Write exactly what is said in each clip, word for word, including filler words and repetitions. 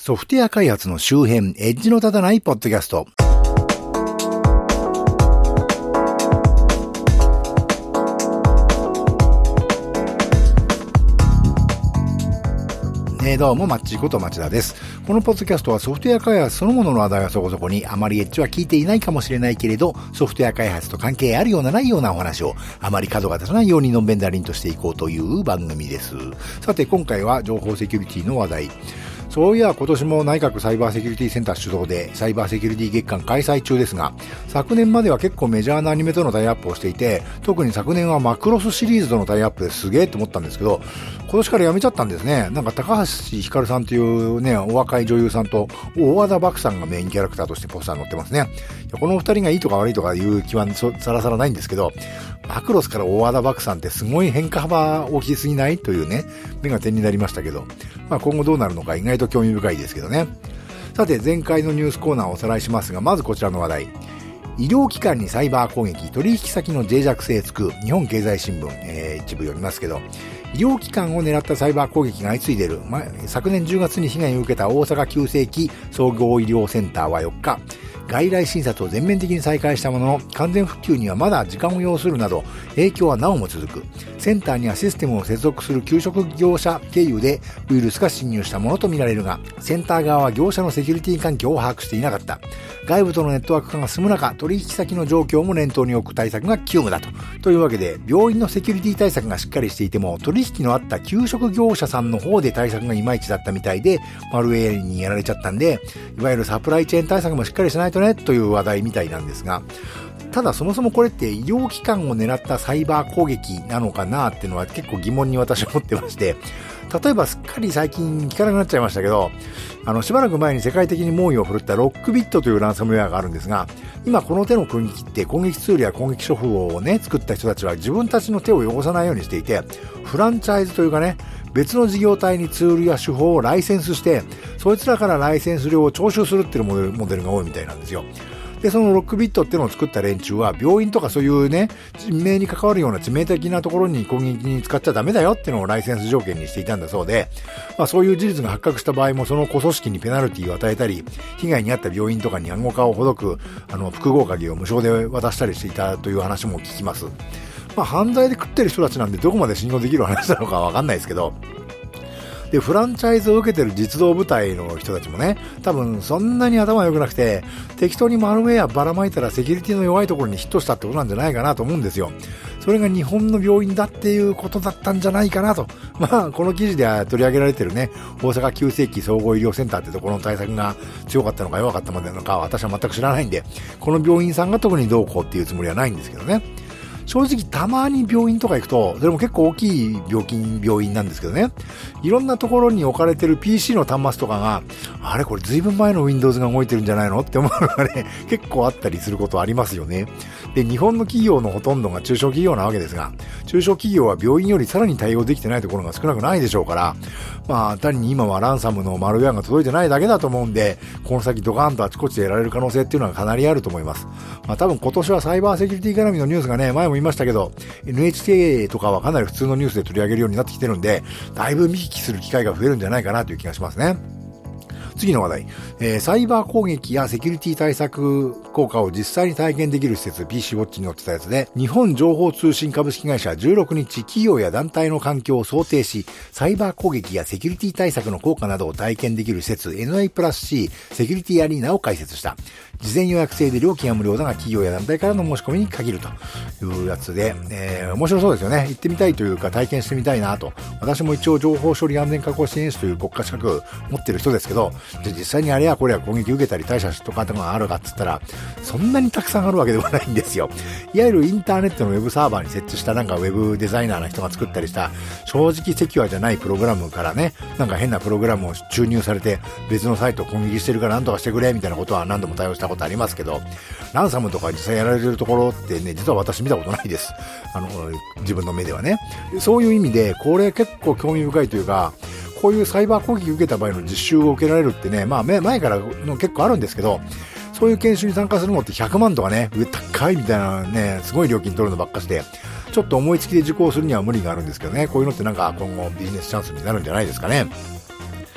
ソフトウェア開発の周辺、エッジの立たないポッドキャスト。えー、どうも、マッチこと町田です。このポッドキャストはソフトウェア開発そのものの話題はそこそこに、あまりエッジは聞いていないかもしれないけれど、ソフトウェア開発と関係あるようなないようなお話を、あまり角が立たないようにのんべんだりんとしていこうという番組です。さて、今回は情報セキュリティの話題。そういや、今年も内閣サイバーセキュリティセンター主導でサイバーセキュリティ月間開催中ですが、昨年までは結構メジャーなアニメとのタイアップをしていて、特に昨年はマクロスシリーズとのタイアップですげーと思ったんですけど、今年からやめちゃったんですね。なんか高橋ひかるさんというね、お若い女優さんと大和田漠さんがメインキャラクターとしてポスターに載ってますね。この二人がいいとか悪いとかいう気はさらさらないんですけど、マクロスから大和田漠さんってすごい変化幅大きすぎないというね、目が点になりましたけど、まあ今後どうなるのか意外と興味深いですけどね。さて、前回のニュースコーナーをおさらいしますが、まずこちらの話題。医療機関にサイバー攻撃、取引先の脆弱性つく、日本経済新聞、えー、一部読みますけど、医療機関を狙ったサイバー攻撃が相次いでいる、ま、昨年じゅうがつに被害を受けた大阪急性期総合医療センターはよっか、外来診察を全面的に再開したものの、完全復旧にはまだ時間を要するなど、影響はなおも続く。センターにはシステムを接続する給食業者経由でウイルスが侵入したものとみられるが、センター側は業者のセキュリティ環境を把握していなかった。外部とのネットワーク化が進む中、取引先の状況も念頭に置く対策が急務だと。というわけで、病院のセキュリティ対策がしっかりしていても、取引のあった給食業者さんの方で対策がいまいちだったみたいで、マルウェアにやられちゃったんで、いわゆるサプライチェーン対策もしっかりしないとね、という話題みたいなんですが、ただそもそもこれって医療機関を狙ったサイバー攻撃なのかなっていうのは結構疑問に私は思ってまして、例えばすっかり最近聞かなくなっちゃいましたけど、あのしばらく前に世界的に猛威を振るったロックビットというランサムウェアがあるんですが、今この手の攻撃って攻撃ツールや攻撃手法をね作った人たちは自分たちの手を汚さないようにしていて、フランチャイズというかね、別の事業体にツールや手法をライセンスして、そいつらからライセンス料を徴収するっていうモデル、モデルが多いみたいなんですよ。で、そのロックビットっていうのを作った連中は、病院とかそういうね、人命に関わるような致命的なところに攻撃に使っちゃダメだよっていうのをライセンス条件にしていたんだそうで、まあそういう事実が発覚した場合もその個組織にペナルティを与えたり、被害に遭った病院とかに暗号化をほどく、あの、複合鍵を無償で渡したりしていたという話も聞きます。まあ犯罪で食ってる人たちなんでどこまで信用できる話なのかわかんないですけど、で、フランチャイズを受けてる実動部隊の人たちもね、多分そんなに頭良くなくて、適当にマルウェアばらまいたらセキュリティの弱いところにヒットしたってことなんじゃないかなと思うんですよ。それが日本の病院だっていうことだったんじゃないかなと。まあ、この記事では取り上げられてるね、大阪急性期総合医療センターってところの対策が強かったのか弱かったのかは私は全く知らないんで、この病院さんが特にどうこうっていうつもりはないんですけどね。正直たまに病院とか行くと、それも結構大きい病気、病院なんですけどね、いろんなところに置かれてる ピーシー の端末とかが、あれこれずいぶん前の Windows が動いてるんじゃないのって思うのがね、結構あったりすることありますよね。で、日本の企業のほとんどが中小企業なわけですが、中小企業は病院よりさらに対応できてないところが少なくないでしょうから、まあ単に今はランサムのマルウェアが届いてないだけだと思うんで、この先ドカーンとあちこちでやられる可能性っていうのはかなりあると思います。まあ多分今年はサイバーセキュリティ絡みのニュースがね、前も言いましたけど、エヌエイチケー とかはかなり普通のニュースで取り上げるようになってきてるんで、だいぶ見聞きする機会が増えるんじゃないかなという気がしますね。次の話題、えー、サイバー攻撃やセキュリティ対策効果を実際に体験できる施設 ピーシー ウォッチに載ってたやつで、日本情報通信株式会社じゅうろくにち、企業や団体の環境を想定し、サイバー攻撃やセキュリティ対策の効果などを体験できる施設 エヌアイプラスシー セキュリティアリーナを開設した。事前予約制で料金は無料だが企業や団体からの申し込みに限るというやつで、えー、面白そうですよね。行ってみたいというか体験してみたいなと。私も一応情報処理安全確保支援士という国家資格持ってる人ですけど、で実際にあれやこれや攻撃受けたり対処とかがあるかっつったら、そんなにたくさんあるわけではないんですよ。いわゆるインターネットのウェブサーバーに設置したなんかウェブデザイナーの人が作ったりした正直セキュアじゃないプログラムからね、なんか変なプログラムを注入されて別のサイトを攻撃してるからなんとかしてくれみたいなことは何度も対応したことありますけど、ランサムとか実際やられてるところってね、実は私見たことないです。あの自分の目ではね。そういう意味でこれ結構興味深いというか、こういうサイバー攻撃を受けた場合の実習を受けられるってね、まあ前からの結構あるんですけど、そういう研修に参加するのってひゃくまんとかね、上高いみたいなね、すごい料金取るのばっかしで、ちょっと思いつきで受講するには無理があるんですけどね、こういうのってなんか今後ビジネスチャンスになるんじゃないですかね。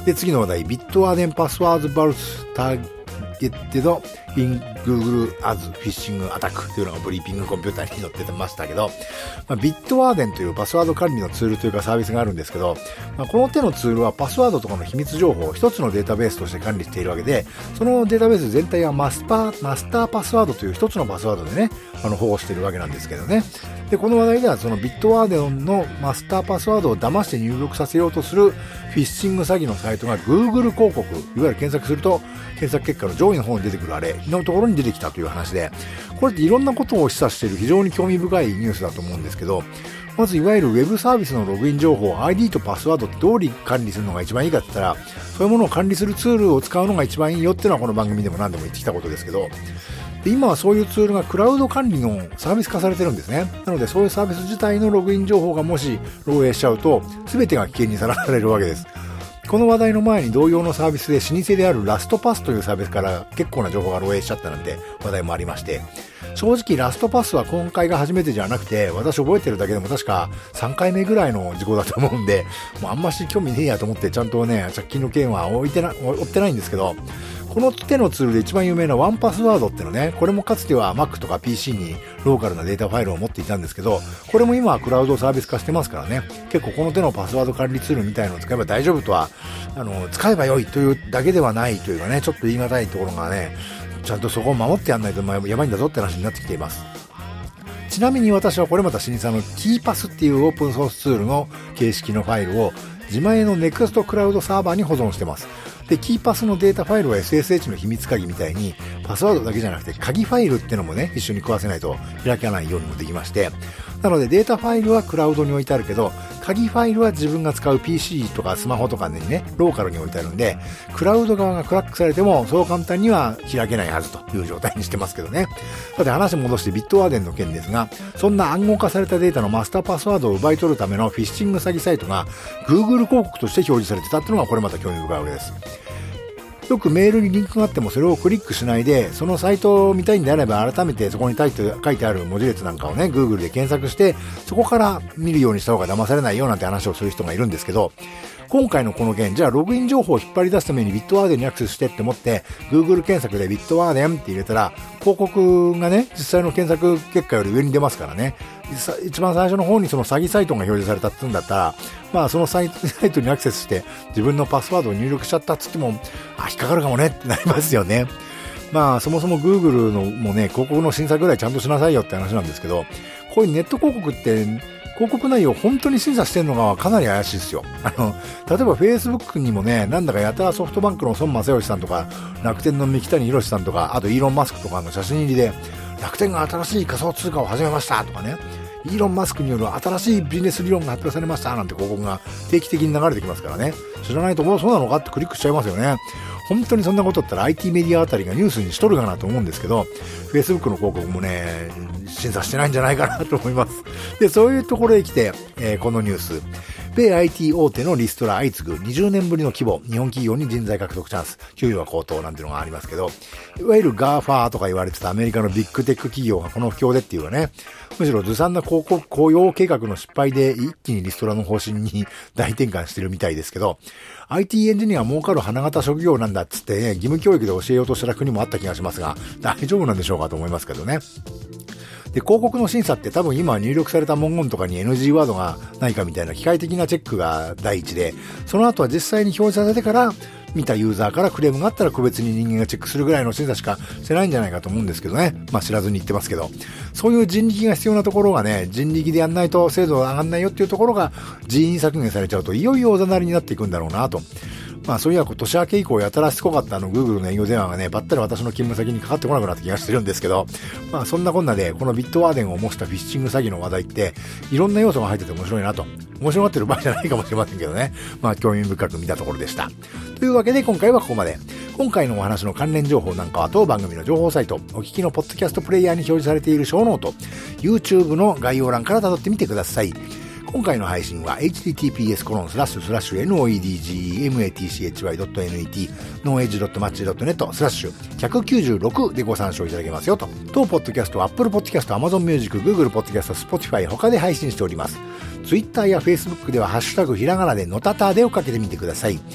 で、次の話題、ビットワーデンパスワードバルスターゲッテドイン Google as フィッシングアタックというのがブリーピングコンピューターに載ってましたけど、まあ、ビットワーデンというパスワード管理のツールというかサービスがあるんですけど、まあ、この手のツールはパスワードとかの秘密情報を一つのデータベースとして管理しているわけで、そのデータベース全体はマスパー、マスターパスワードという一つのパスワードでね、あの保護しているわけなんですけどね。で、この話題ではそのビットワーデンのマスターパスワードを騙して入力させようとするフィッシング詐欺のサイトが Google 広告、いわゆる検索すると検索結果の上位の方に出てくるあれのところに出てきたという話で、これっていろんなことを示唆している非常に興味深いニュースだと思うんですけど、まずいわゆるウェブサービスのログイン情報 アイディー とパスワードってどう管理するのが一番いいかって言ったら、そういうものを管理するツールを使うのが一番いいよっていうのはこの番組でも何でも言ってきたことですけど、で今はそういうツールがクラウド管理のサービス化されてるんですね。なのでそういうサービス自体のログイン情報がもし漏洩しちゃうと全てが危険にさらされるわけです。この話題の前に同様のサービスで老舗であるラストパスというサービスから結構な情報が漏洩しちゃったなんて話題もありまして、正直ラストパスは今回が初めてじゃなくて、私覚えてるだけでも確かさんかいめぐらいの事故だと思うんで、もうあんまし興味ねえやと思ってちゃんとね、借金の件は置いてな、追ってないんですけど、この手のツールで一番有名なワンパスワードってのね、これもかつては Mac とか ピーシー にローカルなデータファイルを持っていたんですけど、これも今はクラウドサービス化してますからね、結構この手のパスワード管理ツールみたいのを使えば大丈夫とは、あの、使えば良いというだけではないというかね、ちょっと言い難いところがね、ちゃんとそこを守ってやんないとやばいんだぞって話になってきています。ちなみに私はこれまた老舗のキーパスっていうオープンソースツールの形式のファイルを自前の Next クラウドサーバーに保存してます。で、キーパスのデータファイルは エスエスエイチ の秘密鍵みたいにパスワードだけじゃなくて鍵ファイルってのもね、一緒に食わせないと開かないようにもできまして、なのでデータファイルはクラウドに置いてあるけど、鍵ファイルは自分が使う ピーシー とかスマホとかにね、ローカルに置いてあるんで、クラウド側がクラックされてもそう簡単には開けないはずという状態にしてますけどね。さて話戻してビットワーデンの件ですが、そんな暗号化されたデータのマスターパスワードを奪い取るためのフィッシング詐欺サイトが Google 広告として表示されてたっていうのがこれまた興味深いわけです。よくメールにリンクがあってもそれをクリックしないで、そのサイトを見たいんであれば改めてそこに書いてある文字列なんかをね、Google で検索してそこから見るようにした方が騙されないよなんて話をする人がいるんですけど、今回のこの件、じゃあログイン情報を引っ張り出すためにビットワーデンにアクセスしてって思って Google 検索でビットワーデンって入れたら広告がね、実際の検索結果より上に出ますからね、一番最初の方にその詐欺サイトが表示されたって言うんだったら、まあそのサイトにアクセスして自分のパスワードを入力しちゃったっつっても、あ、引っかかるかもねってなりますよね。まあそもそも Google のもね、広告の審査ぐらいちゃんとしなさいよって話なんですけど、こういうネット広告って広告内容を本当に審査してるのがかなり怪しいですよ。あの、例えば Facebook にもね、なんだかやたらソフトバンクの孫正義さんとか、楽天の三木谷博さんとか、あとイーロン・マスクとかの写真入りで、楽天が新しい仮想通貨を始めましたとかね、イーロン・マスクによる新しいビジネス理論が発表されましたなんて広告が定期的に流れてきますからね、知らないともうそうなのかってクリックしちゃいますよね。本当にそんなことだったら アイティー メディアあたりがニュースにしとるかなと思うんですけど、Facebook の広告もね、審査してないんじゃないかなと思います。で、そういうところへ来て、えー、このニュース。米 アイティー 大手のリストラ相次ぐにじゅうねんぶりの規模、日本企業に人材獲得チャンス、給与は高騰なんていうのがありますけど、いわゆる ガーファー とか言われてたアメリカのビッグテック企業がこの不況でっていうかね、むしろずさんな広告雇用計画の失敗で一気にリストラの方針に大転換してるみたいですけど、アイティー エンジニア儲かる花形職業なんだっつってね、義務教育で教えようとした国もあった気がしますが、大丈夫なんでしょうかと思いますけどね。で、広告の審査って多分今入力された文言とかに エヌジー ワードがないかみたいな機械的なチェックが第一で、その後は実際に表示させてから見たユーザーからクレームがあったら個別に人間がチェックするぐらいの審査しかしてないんじゃないかと思うんですけどね。まあ知らずに言ってますけど、そういう人力が必要なところがね、人力でやんないと精度が上がんないよっていうところが人員削減されちゃうといよいよおざなりになっていくんだろうなと。まあそういや年明け以降やたらしつこかったあの Google の営業電話がね、ばったり私の勤務先にかかってこなくなった気がしてるんですけど、まあそんなこんなでこのビットワーデンを模したフィッシング詐欺の話題っていろんな要素が入ってて面白いなと。面白がってる場合じゃないかもしれませんけどね。まあ興味深く見たところでした。というわけで今回はここまで。今回のお話の関連情報なんかは当番組の情報サイト、お聞きのポッドキャストプレイヤーに表示されているショーノート、YouTube の概要欄から辿ってみてください。今回の配信は エイチティーティーピーエスコロンスラッシュスラッシュエヌオーイーディージーエムエーティーシーエイチワイドットエヌイーティー ノーエッジドットマッチドットネットスラッシュひゃくきゅうじゅうろくでご参照いただけますよと。当ポッドキャストは Apple Podcast、Amazon Music、Google Podcast、Spotify 他で配信しております。Twitter や Facebook ではハッシュタグひらがなでのたたでをかけてみてください。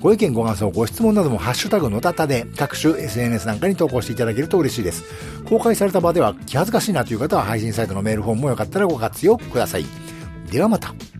ご意見ご感想ご質問などもハッシュタグのたたで各種 エスエヌエス なんかに投稿していただけると嬉しいです。公開された場では気恥ずかしいなという方は配信サイトのメールフォームもよかったらご活用ください。ではまた。